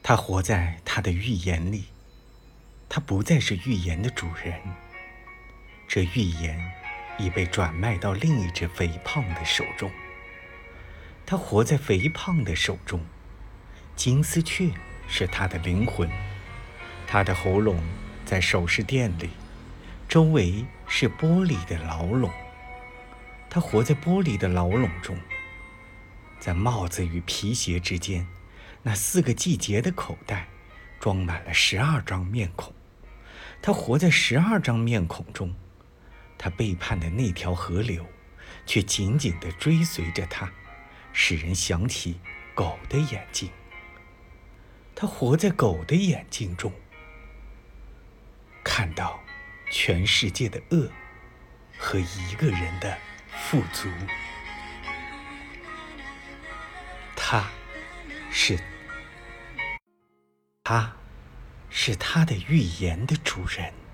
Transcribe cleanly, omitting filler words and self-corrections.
他活在他的预言里，他不再是预言的主人。这预言已被转卖到另一只肥胖的手中。他活在肥胖的手中，金丝雀是他的灵魂，他的喉咙在首饰店里，周围是玻璃的牢笼。他活在玻璃的牢笼中，在帽子与皮鞋之间，那4个季节的口袋装满了12张面孔。他活在12张面孔中，他背叛的那条河流却紧紧地追随着他，使人想起狗的眼睛。他活在狗的眼睛中，看到全世界的恶和一个人的富足。他是他的预言的主人。